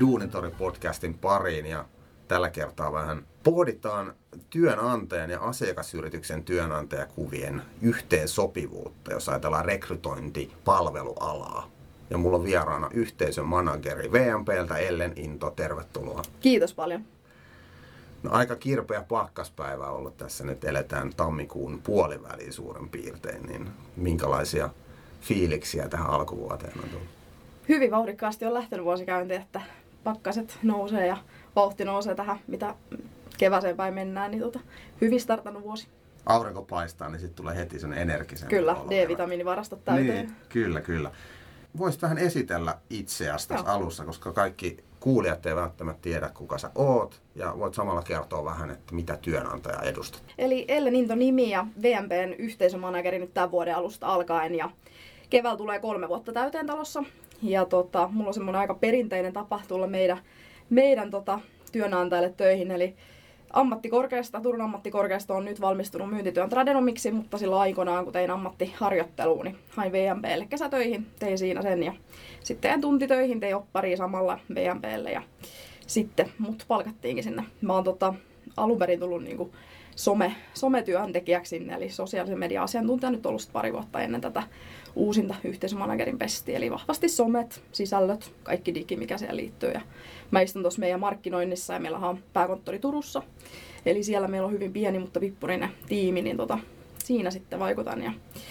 Duunitori-podcastin pariin ja tällä kertaa vähän pohditaan työnantajan ja asiakasyrityksen työnantajakuvien yhteensopivuutta, jos ajatellaan rekrytointipalvelualaa. Ja mulla on vieraana yhteisön manageri VMP:ltä Ellen Into, tervetuloa. Kiitos paljon. No, aika kirpeä pakkaspäivä ollut tässä, nyt eletään tammikuun puoliväliin suurin piirtein, niin minkälaisia fiiliksiä tähän alkuvuoteen on tullut? Hyvin vauhdikkaasti on lähtenyt vuosikäynti, että pakkaset nousee ja vauhti nousee tähän, mitä kevääseen päin mennään, niin hyvin startannut vuosi. Aurinko paistaa, niin sitten tulee heti sen energisempi Kyllä, olo. D-vitamiinivarastot täyteen. Niin, kyllä. Voisit vähän esitellä itseäsi tässä alussa, koska kaikki kuulijat ei välttämättä tiedä, kuka sä oot, ja voit samalla kertoa vähän, että mitä työnantaja edustat. Eli Ellen Into nimi ja VMPn yhteisömanageri nyt tämän vuoden alusta alkaen, ja keväällä tulee 3 vuotta täyteen talossa. Ja mulla on semmoinen aika perinteinen tapa tulla meidän työnantajalle töihin, eli Turun ammattikorkeasta on nyt valmistunut myyntityön tradenomiksi, mutta silloin aikoinaan, kun tein ammattiharjoittelua, niin hain VMP:lle kesätöihin, tein siinä sen ja sitten tein tuntitöihin, tein opparia samalla VMP:lle ja sitten mut palkattiinkin sinne. Mä oon alun perin tullut niinku sometyöntekijäksi sinne, eli sosiaalisen median asiantuntija, nyt ollut pari vuotta ennen tätä uusinta yhteisömanagerin pestiä, eli vahvasti somet, sisällöt, kaikki digi, mikä siihen liittyy. Ja mä istun tuossa meidän markkinoinnissa ja meillä on pääkonttori Turussa, eli siellä meillä on hyvin pieni, mutta pippurinen tiimi, niin siinä sitten vaikutan.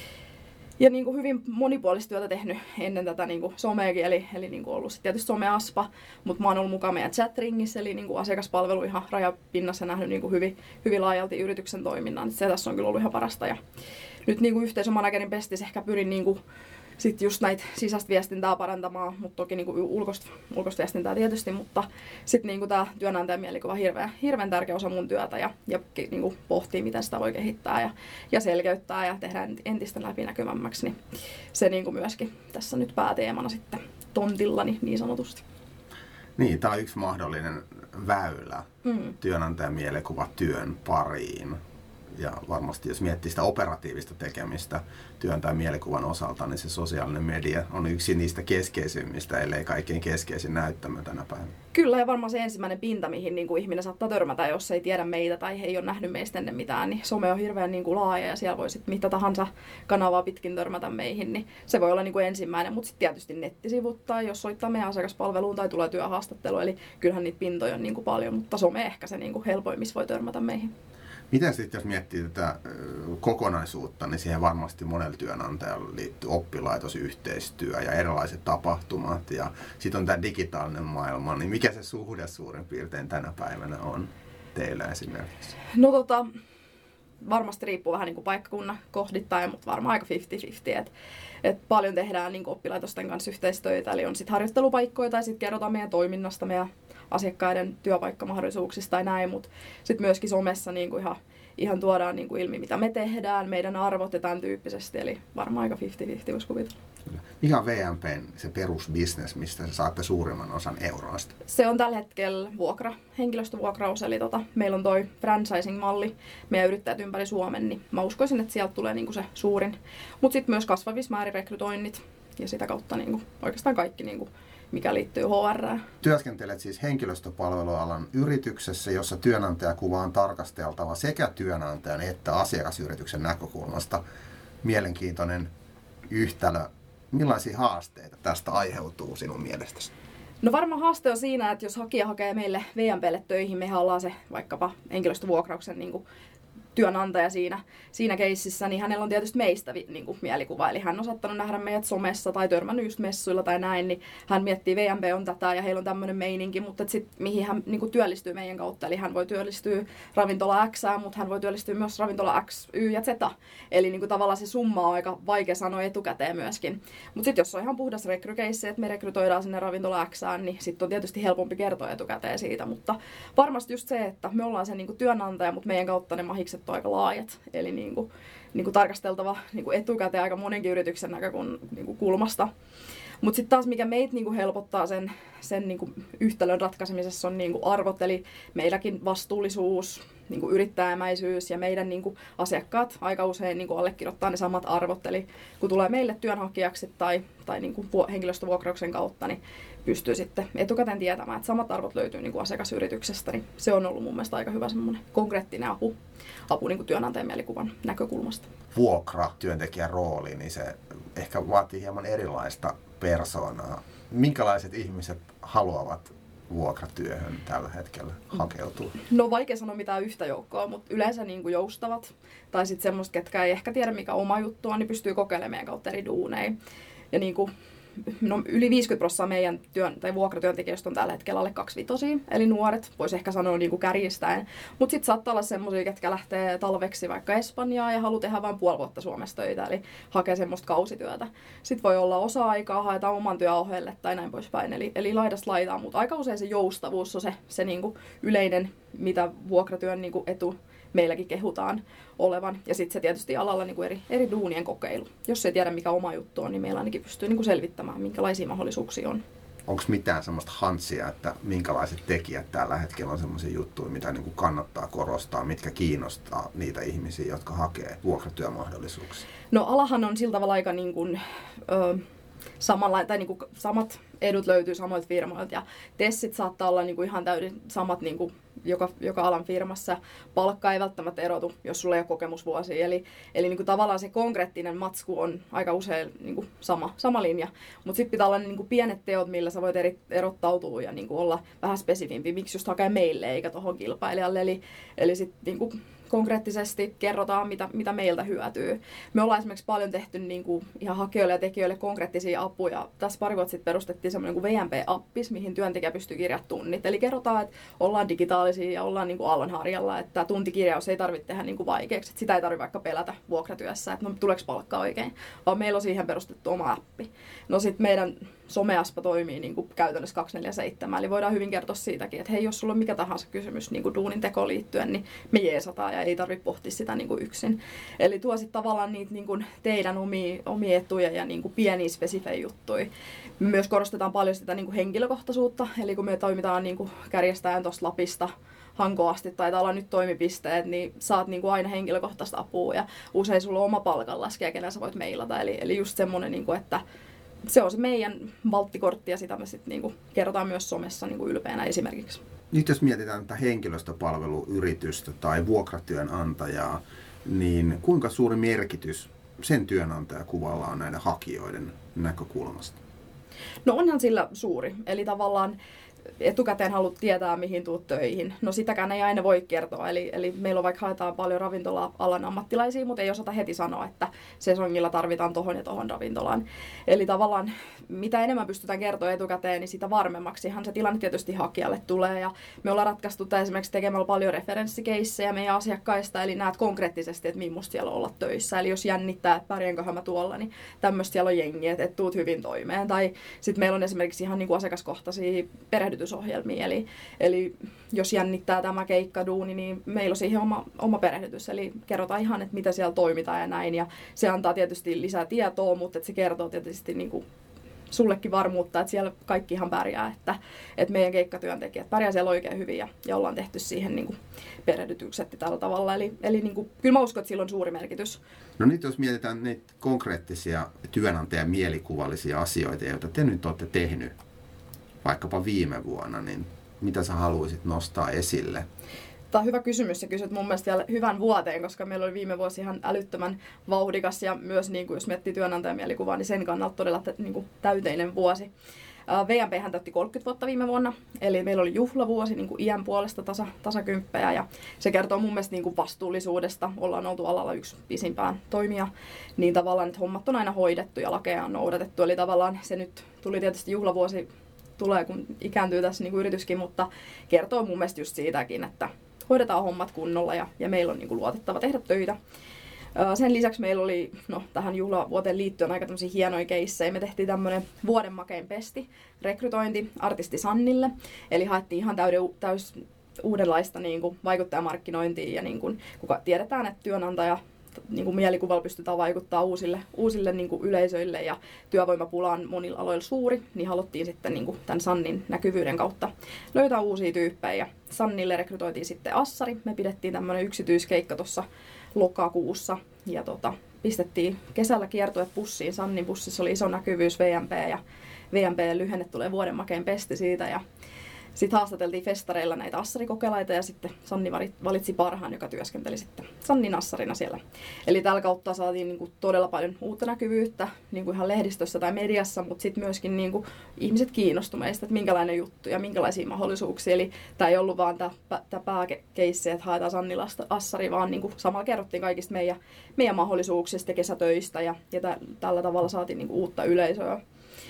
Ja niin kuin hyvin monipuolista työtä tehnyt ennen tätä niin kuin someakin, eli niin kuin ollut sitten tietysti someaspa, mutta mä oon ollut mukana meidän chatringissä, eli niin kuin asiakaspalvelu ihan rajapinnassa nähnyt niin kuin hyvin laajalti yrityksen toiminnan. Se tässä on kyllä ollut ihan parasta. Ja nyt niin kuin yhteisömanagerin pestissä ehkä pyrin niin kuin sitten just näitä sisäistä viestintää parantamaan, mutta toki niin kuin ulkoista viestintää tietysti, mutta sitten niin kuin tämä työnantajan mielikuva on hirveän tärkeä osa mun työtä ja niin kuin pohtii, miten sitä voi kehittää ja selkeyttää ja tehdä entistä läpinäkyvämmäksi, niin se niin kuin myöskin tässä nyt pääteemana sitten tontillani niin sanotusti. Niin, tämä on yksi mahdollinen väylä työnantajan mielikuva työn pariin. Ja varmasti jos miettii sitä operatiivista tekemistä työnantajan mielikuvan osalta, niin se sosiaalinen media on yksi niistä keskeisimmistä, ellei kaikkein keskeisin näyttämö tänä päivänä. Kyllä, ja varmaan se ensimmäinen pinta, mihin niin kuin ihminen saattaa törmätä, jos ei tiedä meitä tai ei ole nähnyt meistä ennen mitään, niin some on hirveän niin kuin laaja ja siellä voi sitten mitä tahansa kanavaa pitkin törmätä meihin, niin se voi olla niin kuin ensimmäinen, mutta sitten tietysti nettisivut tai jos soittaa meidän asiakaspalveluun tai tulee työhaastattelu, eli kyllähän niitä pintoja on niin kuin paljon, mutta some ehkä se niin kuin helpoin, missä voi törmätä meihin. Miten sitten, jos miettii tätä kokonaisuutta, niin siihen varmasti monella työnantajalla liittyy oppilaitosyhteistyö ja erilaiset tapahtumat. Ja sitten on tämä digitaalinen maailma, niin mikä se suhde suurin piirtein tänä päivänä on teillä esimerkiksi? No varmasti riippuu vähän niin kuin paikkakunnan kohdittain, mutta varmaan aika 50-50. Et paljon tehdään niin kuin oppilaitosten kanssa yhteistyötä, eli on sitten harjoittelupaikkoja tai sitten kerrotaan meidän toiminnasta, meidän asiakkaiden työpaikkamahdollisuuksista tai näin, mutta sitten myöskin somessa niin kuin ihan tuodaan niin kuin ilmi, mitä me tehdään, meidän arvot ja tämän tyyppisesti, eli varmaan aika 50-50 voisi kuvitella. Mikä on VMP:n se perusbusiness, mistä sä saatte suurimman osan euroista? Se on tällä hetkellä henkilöstövuokraus, eli meillä on toi franchising-malli meidän yrittäjät ympäri Suomen, niin mä uskoisin, että sieltä tulee niin kuin se suurin, mutta sitten myös kasvavissa määrin rekrytoinnit ja sitä kautta niin kuin oikeastaan kaikki niin kuin mikä liittyy HR:ään. Työskentelet siis henkilöstöpalvelualan yrityksessä, jossa työnantajakuva on tarkasteltava sekä työnantajan että asiakasyrityksen näkökulmasta. Mielenkiintoinen yhtälö. Millaisia haasteita tästä aiheutuu sinun mielestäsi? No varmaan haaste on siinä, että jos hakija hakee meille VMP:lle töihin, mehän ollaan se vaikkapa henkilöstövuokrauksen niin kuin työnantaja siinä keississä, niin hänellä on tietysti meistä niin kuin mielikuva. Eli hän on saattanut nähdä meidät somessa tai törmännyt just messuilla tai näin, niin hän miettii, VMP on tätä ja heillä on tämmöinen meininki, mutta sitten mihin hän niin kuin työllistyy meidän kautta. Eli hän voi työllistyä ravintola X, mutta hän voi työllistyä myös ravintola X, Y ja Z. Eli niin kuin tavallaan se summa on aika vaikea sanoa etukäteen myöskin. Mutta sitten jos on ihan puhdas rekrykeissi, että me rekrytoidaan sinne ravintola X, niin sitten on tietysti helpompi kertoa etukäteen siitä. Mutta varmasti just se, että me ollaan se niin kuin työnantaja, mutta meidän kautta ne mahikset on aika laajat, eli niin kuin tarkasteltava niin kuin etukäteen aika monenkin yrityksen näkökulmasta. Mutta sitten taas mikä meitä niin kuin helpottaa sen niin kuin yhtälön ratkaisemisessa on niin kuin arvot, eli meilläkin vastuullisuus, niin kuin yrittäjämäisyys ja meidän niin kuin asiakkaat aika usein niin kuin allekirjoittaa ne samat arvot. Eli kun tulee meille työnhakijaksi tai niin kuin henkilöstövuokrauksen kautta, niin pystyy sitten etukäteen tietämään, että samat arvot löytyy niin kuin asiakasyrityksestä. Niin se on ollut mun mielestä aika hyvä semmoinen konkreettinen apu niin kuin työnantajan mielikuvan näkökulmasta. Vuokratyöntekijän rooli, niin se ehkä vaatii hieman erilaista persoonaa. Minkälaiset ihmiset haluavat vuokratyöhön tällä hetkellä hakeutua? No vaikea sanoa mitään yhtä joukkoa, mutta yleensä niin kuin joustavat. Tai sitten semmoista, ketkä ei ehkä tiedä mikä oma juttu on, niin pystyy kokeilemaan kautta eri duuneja. Ja niin kuin, yli 50% meidän vuokratyöntekijöistä on tällä hetkellä alle 25, eli nuoret, voisi ehkä sanoa niin kuin kärjistäen. Mutta sitten saattaa olla semmoisia, ketkä lähtee talveksi vaikka Espanjaan ja haluaa tehdä vain puoli vuotta Suomessa töitä, eli hakee semmoista kausityötä. Sitten voi olla osa-aikaa, haetaan oman työn ohelle tai näin poispäin, eli laidasta laitaan, mutta aika usein se joustavuus on se niin kuin yleinen, mitä vuokratyön niin kuin etu meilläkin kehutaan olevan. Ja sitten se tietysti alalla niin kuin eri duunien kokeilu. Jos ei tiedä mikä oma juttu on, niin meillä ainakin pystyy niin kuin selvittämään, minkälaisia mahdollisuuksia on. Onko mitään semmoista hantsia, että minkälaiset tekijät tällä hetkellä on semmoisia juttuja, mitä niin kuin kannattaa korostaa, mitkä kiinnostaa niitä ihmisiä, jotka hakee vuokratyömahdollisuuksia? No alahan on sillä tavalla aika niin kuin, samat edut löytyy samoilta firmoilta ja tessit saattaa olla niin kuin ihan täysin samat niin kuin joka alan firmassa. Palkka ei välttämättä erotu, jos sulla ei ole kokemusvuosia. Eli niin kuin tavallaan se konkreettinen matsku on aika usein niin kuin sama linja. Mutta sitten pitää olla niin kuin pienet teot, millä sä voit erottautua ja niin kuin olla vähän spesifimpi. Miksi just hakee meille eikä tuohon kilpailijalle. Eli sitten niin kuin konkreettisesti kerrotaan, mitä meiltä hyötyy. Me ollaan esimerkiksi paljon tehty niin kuin ihan hakijoille ja tekijöille konkreettisia apuja. Tässä pari vuotta sitten perustettiin semmoinen kuin VMP-appis, mihin työntekijä pystyy kirjaamaan tunnit. Eli kerrotaan, että ollaan digitaalisia ja ollaan niin kuin aallonharjalla, että tuntikirjaus ei tarvitse tehdä niin kuin vaikeaksi. Että sitä ei tarvitse vaikka pelätä vuokratyössä, että no tuleeko palkka oikein, vaan meillä on siihen perustettu oma appi. No sitten meidän someaspa toimii niin kuin käytännössä 24/7, eli voidaan hyvin kertoa siitäkin, että hei, jos sulla on mikä tahansa kysymys niin kuin duunin tekoon liittyen, niin me jeesataan ja ei tarvitse pohtia sitä niin kuin yksin. Eli tuo sitten tavallaan niitä niin kuin teidän omia etuja ja niin kuin pieniä spesifejä juttuja. Me myös korostetaan paljon sitä niin kuin henkilökohtaisuutta, eli kun me toimitaan niin kuin kärjestäen tuosta Lapista Hankoon asti, taitaa olla nyt toimipisteet, niin saat niin kuin aina henkilökohtaista apua ja usein sulla on oma palkanlaskija, kenen sä voit mailata. Eli just semmoinen, niin kuin, että se on se meidän valttikortti ja sitä me sitten niinku kerrotaan myös somessa niinku ylpeänä esimerkiksi. Nyt jos mietitään tätä henkilöstöpalveluyritystä tai vuokratyönantajaa, niin kuinka suuri merkitys sen työnantajakuvalla on näiden hakijoiden näkökulmasta? No onhan sillä suuri. Eli tavallaan etukäteen haluat tietää, mihin tuut töihin. No sitäkään ei aina voi kertoa. Eli meillä on vaikka haetaan paljon ravintola-alan ammattilaisia, mutta ei osata heti sanoa, että sesongilla tarvitaan tohon ja tohon ravintolaan. Eli tavallaan mitä enemmän pystytään kertoa etukäteen, niin sitä varmemmaksihan se tilanne tietysti hakijalle tulee. Ja me ollaan ratkaistu esimerkiksi tekemällä paljon referenssikeissejä meidän asiakkaista, eli näet konkreettisesti, että millaista siellä on olla töissä. Eli jos jännittää, että pärjäänköhän mä tuolla, niin tämmöistä siellä on jengiä, että tuut hyvin toimeen. Tai sitten meillä on esimerkiksi ihan niin kuin asiakaskohtaisia perehdytysohjelmia. Eli jos jännittää tämä keikkaduuni, niin meillä on siihen oma perehdytys. Eli kerrotaan ihan, että mitä siellä toimitaan ja näin. Ja se antaa tietysti lisää tietoa, mutta se kertoo tietysti niin kuin sullekin varmuutta, että siellä kaikki ihan pärjää, että meidän keikkatyöntekijät pärjää siellä oikein hyvin ja ollaan tehty siihen niin kuin perehdytykset tällä tavalla. Eli niin kuin, kyllä mä uskon, että sillä on suuri merkitys. No nyt jos mietitään niitä konkreettisia työnantajan mielikuvallisia asioita, joita te nyt olette tehnyt vaikkapa viime vuonna, niin mitä sä haluaisit nostaa esille? Tämä on hyvä kysymys ja kysyt mun mielestä vielä hyvän vuoteen, koska meillä oli viime vuosi ihan älyttömän vauhdikas ja myös niin kuin, jos miettii työnantajan mielikuvaa, niin sen kannalta todella niin kuin täyteinen vuosi. VMP:hän täytti 30 vuotta viime vuonna, eli meillä oli juhlavuosi niin kuin iän puolesta tasakymppejä ja se kertoo mun mielestä niin kuin vastuullisuudesta. Ollaan oltu alalla yksi pisimpään toimija, niin tavallaan että hommat on aina hoidettu ja lakeja on noudatettu, eli tavallaan se nyt tuli tietysti juhlavuosi tulee, kun ikääntyy tässä niin kuin yrityskin, mutta kertoo mun mielestä just siitäkin, että hoidetaan hommat kunnolla ja meillä on niin kuin luotettava tehdä töitä. Sen lisäksi meillä oli tähän juhlavuoteen liittyen aika tämmöisiä hienoja keissejä. Me tehtiin tämmöinen vuoden makein pesti, rekrytointi artisti Sannille. Eli haettiin ihan täys uudenlaista niin kuin vaikuttajamarkkinointia ja niin kuin, kuka tiedetään, että työnantaja niin kuin mielikuvalla pystytään vaikuttaa uusille niin kuin yleisöille ja työvoimapula on monilla aloilla suuri, niin haluttiin sitten niin kuin tämän Sannin näkyvyyden kautta löytää uusia tyyppejä. Sannille rekrytoitiin sitten assari. Me pidettiin tämmöinen yksityiskeikka tuossa lokakuussa ja pistettiin kesällä kiertueet bussiin. Sannin bussissa oli iso näkyvyys VMP ja VMP-lyhenne tulee vuoden makein pesti siitä ja sitten haastateltiin festareilla näitä assarikokelaita ja sitten Sanni valitsi parhaan, joka työskenteli sitten Sannin assarina siellä. Eli tällä kautta saatiin niin kuin todella paljon uutta näkyvyyttä niin kuin ihan lehdistössä tai mediassa, mutta sitten myöskin niin kuin ihmiset kiinnostuivat meistä, että minkälainen juttu ja minkälaisia mahdollisuuksia. Eli tämä ei ollut vaan tämä pääkeissi, että haetaan Sannilla assari, vaan niin kuin samalla kerrottiin kaikista meidän mahdollisuuksista ja kesätöistä ja tällä tavalla saatiin niin kuin uutta yleisöä.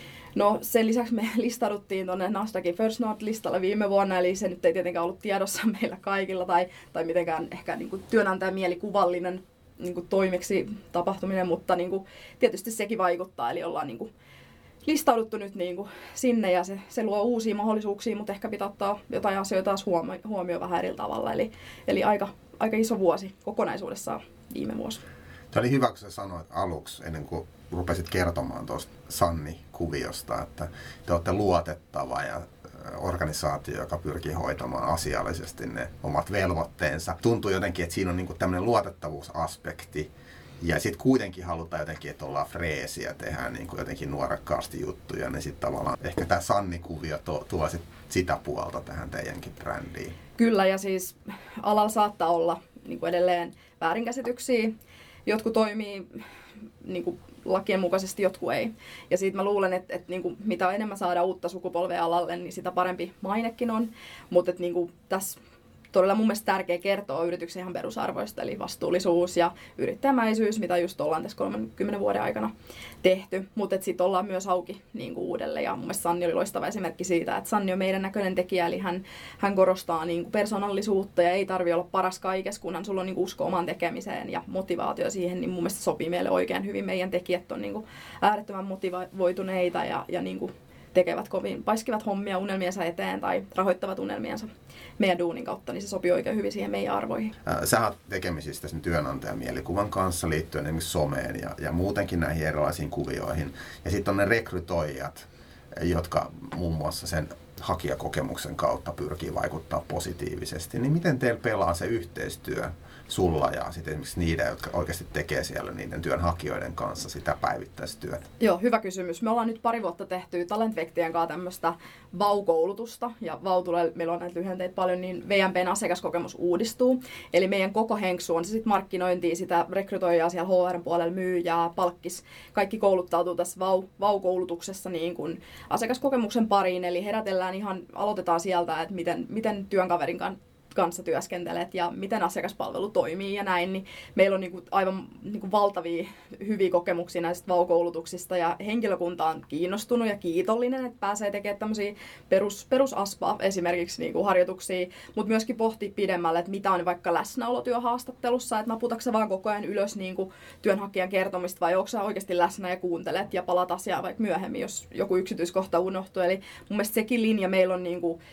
No sen lisäksi me listauduttiin tuonne Nasdaqin First North-listalla viime vuonna, eli se nyt ei tietenkään ollut tiedossa meillä kaikilla tai mitenkään ehkä niin kuin työnantajan mielikuvallinen niin kuin toimeksi tapahtuminen, mutta niin kuin, tietysti sekin vaikuttaa, eli ollaan niin kuin listauduttu nyt niin kuin sinne ja se luo uusia mahdollisuuksia, mutta ehkä pitää ottaa jotain asioita taas huomioon vähän eri tavalla, eli aika iso vuosi kokonaisuudessaan viime vuosi. Tämä oli hyvä, kun sä sanoit aluksi, ennen kuin rupesit kertomaan tuosta Sanni-kuviosta, että te olette luotettava ja organisaatio, joka pyrkii hoitamaan asiallisesti ne omat velvoitteensa. Tuntuu jotenkin, että siinä on niinku tämmöinen luotettavuusaspekti ja sitten kuitenkin halutaan jotenkin, että ollaan freesiä, tehdään niinku jotenkin nuorekkaasti juttuja, niin sitten tavallaan ehkä tämä Sanni-kuvio tuo sitä puolta tähän teidänkin brändiin. Kyllä, ja siis alalla saattaa olla niinku edelleen väärinkäsityksiä. Jotkut toimii niin kuin lakien mukaisesti, jotkut ei. Ja siitä mä luulen, että niin kuin mitä enemmän saadaan uutta sukupolvea alalle, niin sitä parempi mainekin on. Mutta niin kuin tässä todella mun mielestä tärkeää kertoa yrityksen ihan perusarvoista, eli vastuullisuus ja yrittäjämäisyys, mitä just ollaan tässä 30 vuoden aikana tehty. Mutta sitten ollaan myös auki niin kuin uudelle. Ja mun mielestä Sanni oli loistava esimerkki siitä, että Sanni on meidän näköinen tekijä, eli hän korostaa niin kuin persoonallisuutta ja ei tarvitse olla paras kaikessa, kunhan sulla on niin kuin usko oman tekemiseen ja motivaatio siihen, niin mun mielestä sopii meille oikein hyvin. Meidän tekijät on niin kuin äärettömän motivoituneita ja niin kuin paiskivat hommia unelmiensa eteen tai rahoittavat unelmiensa meidän duunin kautta, niin se sopii oikein hyvin siihen meidän arvoihin. Sä oot tekemisistä sen työnantajan mielikuvan kanssa liittyen esimerkiksi someen ja muutenkin näihin erilaisiin kuvioihin. Ja sitten on ne rekrytoijat, jotka muun muassa sen hakijakokemuksen kautta pyrkii vaikuttaa positiivisesti. Niin miten teillä pelaa se yhteistyö sulla ja sitten esimerkiksi niiden, jotka oikeasti tekee siellä niiden työnhakijoiden kanssa sitä päivittäistyötä? Joo, hyvä kysymys. Me ollaan nyt 2 vuotta tehty Talentvektien kanssa tämmöistä VAU-koulutusta, ja VAU tulee, meillä on näitä lyhenteitä paljon, niin VMPn asiakaskokemus uudistuu. Eli meidän koko henksu on se sitten markkinointia, sitä rekrytoijaa siellä HR-puolella, myyjää, palkkis. Kaikki kouluttautuu tässä VAU-koulutuksessa niin kuin asiakaskokemuksen pariin, eli aloitetaan sieltä, että miten työnkaverin kanssa työskentelet ja miten asiakaspalvelu toimii ja näin, niin meillä on niinku aivan niinku valtavia hyviä kokemuksia näistä VAU-koulutuksista ja henkilökunta on kiinnostunut ja kiitollinen, että pääsee tekemään tämmöisiä perusaspa esimerkiksi niinku harjoituksia, mutta myöskin pohtii pidemmälle, että mitä on vaikka läsnäolotyöhaastattelussa, että naputatko sä vaan koko ajan ylös niinku työnhakijan kertomista vai onko sä oikeasti läsnä ja kuuntelet ja palat asiaan vaikka myöhemmin, jos joku yksityiskohta unohtuu. Eli mun mielestä sekin linja meillä on niinku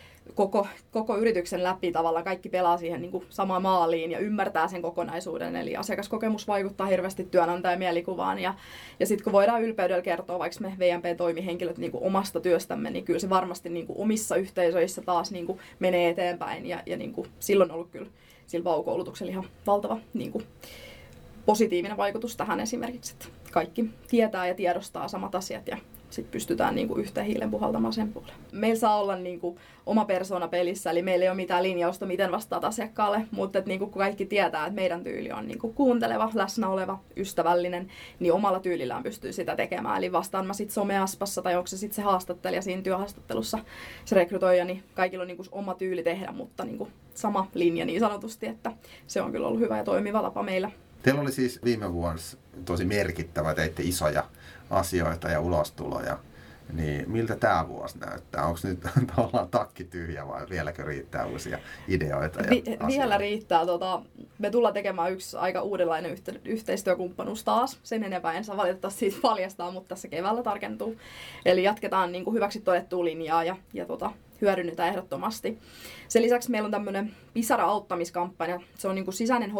koko yrityksen läpi tavallaan kaikki pelaa siihen niin kuin samaan maaliin ja ymmärtää sen kokonaisuuden. Eli asiakaskokemus vaikuttaa hirveästi työnantajan mielikuvaan. Ja sitten kun voidaan ylpeydellä kertoa, vaikka me VMP-toimihenkilöt niin kuin omasta työstämme, niin kyllä se varmasti niin kuin omissa yhteisöissä taas niin kuin menee eteenpäin. Ja niin kuin silloin on ollut kyllä sillä VAU-koulutuksella ihan valtava niin kuin positiivinen vaikutus tähän esimerkiksi, että kaikki tietää ja tiedostaa samat asiat ja sitten pystytään niinku yhteen hiilen puhaltamaan sen puoleen. Meillä saa olla niinku oma persoona pelissä, eli meillä ei ole mitään linjausta, miten vastaat asiakkaalle, mutta niinku kun kaikki tietää, että meidän tyyli on niinku kuunteleva, läsnä oleva, ystävällinen, niin omalla tyylillään pystyy sitä tekemään. Eli vastaan mä sitten someaspassa tai onko se sitten se haastattelija siinä työhaastattelussa, se rekrytoija, niin kaikilla on niinku oma tyyli tehdä, mutta niinku sama linja niin sanotusti, että se on kyllä ollut hyvä ja toimiva tapa meillä. Teillä oli siis viime vuonna tosi merkittävä, teitte isoja asioita ja ulostuloja, niin miltä tämä vuosi näyttää? Onko nyt tavallaan takki tyhjä vai vieläkö riittää uusia ideoita ja asioita? Vielä riittää. Me tullaan tekemään yksi aika uudenlainen yhteistyökumppanuus taas. Sen enempää en saa valitettavasti siitä paljastaa, mutta tässä keväällä tarkentuu. Eli jatketaan niin kuin hyväksi todettua linjaa ja hyödynnetään ehdottomasti. Sen lisäksi meillä on tämmöinen Pisara-auttamiskampanja. Se on niin kuin sisäinen HR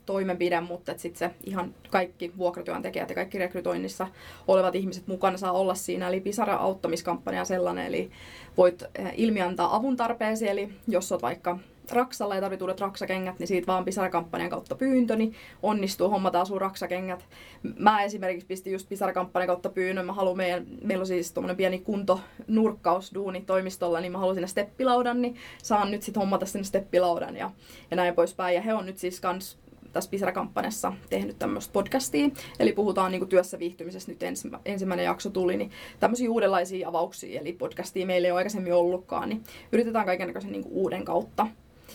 toimenpide, mutta sitten se ihan kaikki vuokratyöntekijät ja kaikki rekrytoinnissa olevat ihmiset mukana saa olla siinä. Eli Pisara-auttamiskampanja sellainen, eli voit ilmiantaa avun tarpeesi, eli jos olet vaikka raksalla ja tarvitset uudet raksakengät, niin siitä vaan Pisara-kampanjan kautta pyyntö, niin onnistuu, hommataan sun raksakengät. Mä esimerkiksi pistin just Pisara-kampanjan kautta pyynnön. Meillä on siis tommonen pieni kuntonurkkausduuni toimistolla, niin mä haluan sinne steppilaudan, niin saan nyt sit hommata sinne steppilaudan ja näin poispäin. Ja he on nyt siis kans tässä Pisara-kampanjassa tehnyt tämmöistä podcastia, eli puhutaan niinku työssä viihtymisestä, nyt ensimmäinen jakso tuli, niin tämmöisiä uudenlaisia avauksia, eli podcastia meillä ei ole aikaisemmin ollutkaan, niin yritetään kaikennäköisen niinku uuden kautta.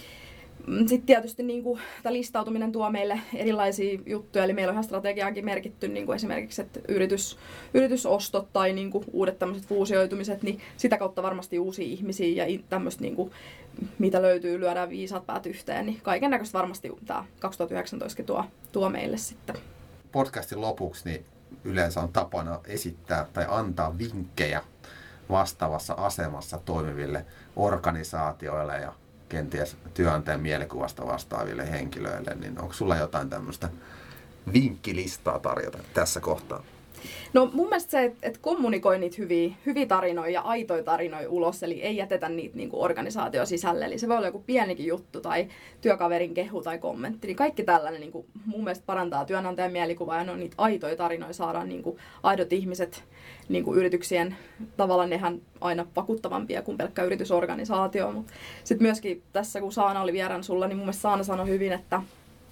Sitten tietysti tämä listautuminen tuo meille erilaisia juttuja, eli meillä on ihan strategiaankin merkitty esimerkiksi, että yritysostot tai uudet tämmöiset fuusioitumiset, niin sitä kautta varmasti uusia ihmisiä ja tämmöistä, mitä löytyy, lyödään viisaat päät yhteen, niin kaiken näköistä varmasti tämä 2019 tuo meille sitten. Podcastin lopuksi niin yleensä on tapana esittää tai antaa vinkkejä vastaavassa asemassa toimiville organisaatioille ja kenties työnantajan mielikuvasta vastaaville henkilöille, niin onko sulla jotain tämmöistä vinkkilistaa tarjota tässä kohtaa? No mun mielestä se, että kommunikoi niitä hyviä tarinoja ja aitoja tarinoja ulos, eli ei jätetä niitä organisaation sisälle. Eli se voi olla joku pienikin juttu tai työkaverin kehu tai kommentti. Niin kaikki tällainen mun mielestä parantaa työnantajan mielikuvaa ja ne on niitä aitoja tarinoja, saadaan aidot ihmiset yrityksien, tavallaan nehän aina vakuuttavampia kuin pelkkä yritysorganisaatio. Mutta sitten myöskin tässä, kun Saana oli vieraan sulla, niin mun mielestä Saana sanoi hyvin, että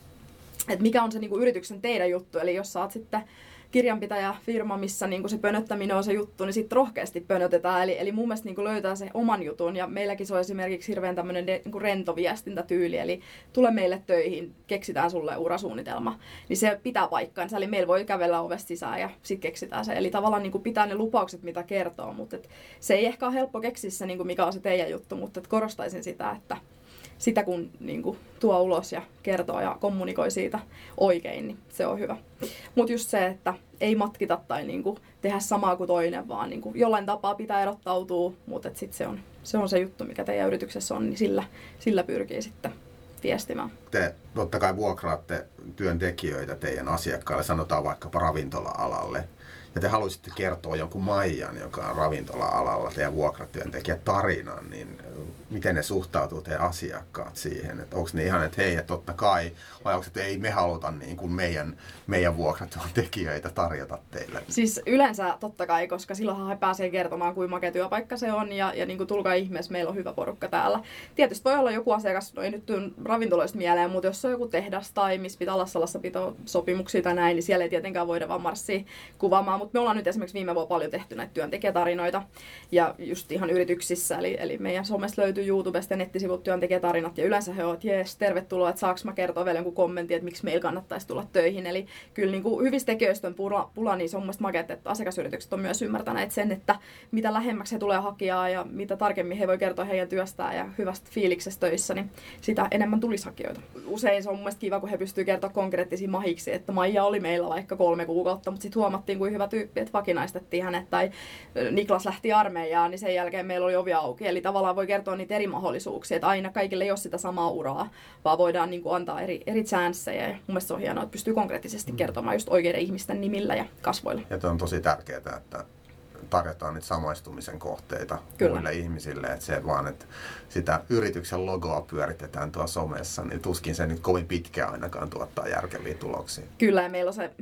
mikä on se yrityksen teidän juttu. Eli jos sä oot sitten kirjanpitäjäfirma, missä se pönöttäminen on se juttu, niin sitten rohkeasti pönötetään. Eli mun mielestä löytää se oman jutun. Ja meilläkin se on esimerkiksi hirveän tämmöinen rento viestintätyyli. Eli tule meille töihin, keksitään sulle urasuunnitelma. Niin se pitää paikkaansa. Eli meillä voi kävellä ovesta sisään ja sitten keksitään se. Eli tavallaan pitää ne lupaukset, mitä kertoo. Mutta se ei ehkä ole helppo keksiä se, mikä on se teidän juttu, mutta korostaisin sitä, että sitä kun tuo ulos ja kertoo ja kommunikoi siitä oikein, niin se on hyvä. Mutta just se, että ei matkita tai tehdä samaa kuin toinen, vaan jollain tapaa pitää erottautua, mutta sitten se on se juttu, mikä teidän yrityksessä on, niin sillä pyrkii sitten viestimään. Te totta kai vuokraatte työntekijöitä teidän asiakkaille, sanotaan vaikkapa ravintola-alalle. Ja te haluaisitte kertoa jonkun Maijan, joka on ravintola-alalla, teidän vuokratyöntekijä tarinan, niin miten ne suhtautuu teidän asiakkaat siihen? Että onko ne ihan, että hei, totta kai, vai onko että ei me haluta niin kuin meidän vuokratyöntekijöitä tarjota teille? Siis yleensä totta kai, koska silloinhan he pääsee kertomaan, kuinka makea työpaikka se on, ja tulkaa ihmeessä, meillä on hyvä porukka täällä. Tietysti voi olla joku asiakas, no ei nyt ravintoloista mieleen, mutta jos on joku tehdas tai missä pitää olla salassapitosopimuksia tai näin, niin siellä ei tietenkään voida vaan marssia kuvaamaan. Mutta me ollaan nyt esimerkiksi viime vuonna paljon tehty näitä työntekijätarinoita ja just ihan yrityksissä. Eli meidän somessa löytyy YouTubesta ja nettisivut työntekijätarinat ja yleensä he ovat, että jees, tervetuloa, että saaks mä kertoa vielä jonkun kommentin, että miksi meillä kannattaisi tulla töihin. Eli kyllä hyvistä tekijöistä on pula, niin se on mun mielestä makeata, että asiakasyritykset on myös ymmärtäneet sen, että mitä lähemmäksi he tulee hakijaa ja mitä tarkemmin he voi kertoa heidän työstään ja hyvästä fiiliksestä töissä, niin sitä enemmän tulisi hakijoita. Usein se on mun mielestä kiva, kun he pystyy kertoa konkreettisia mahiksi, että Maija oli meillä vaikka 3 kuukautta, mutta sitten huomattiin, kuin hyvä tyyppi, että vakinaistettiin hänet, tai Niklas lähti armeijaan, niin sen jälkeen meillä oli ovi auki. Eli tavallaan voi kertoa niitä eri mahdollisuuksia, että aina kaikille ei ole sitä samaa uraa, vaan voidaan antaa eri chanceja. Ja mun mielestä se on hienoa, että pystyy konkreettisesti kertomaan just oikeiden ihmisten nimillä ja kasvoilla. Ja on tosi tärkeää, että tarjotaan niitä samaistumisen kohteita muille ihmisille, että se vaan, että sitä yrityksen logoa pyöritetään tuossa somessa, niin tuskin se nyt kovin pitkään ainakaan järkeviä tuloksia. Kyllä, ja meillä on se 14-15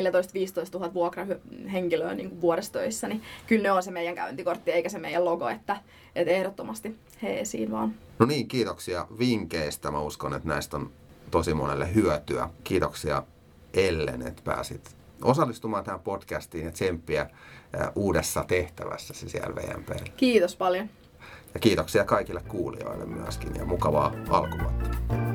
000 vuokrahenkilöä vuodessa töissä, niin kyllä ne on se meidän käyntikortti, eikä se meidän logo, että ehdottomasti he esiin vaan. No niin, kiitoksia vinkkeistä. Mä uskon, että näistä on tosi monelle hyötyä. Kiitoksia Ellen, että pääsit osallistumaan tähän podcastiin ja tsemppiä uudessa tehtävässäsi siellä VMP:llä. Kiitos paljon. Ja kiitoksia kaikille kuulijoille myöskin ja mukavaa alkuvuotta.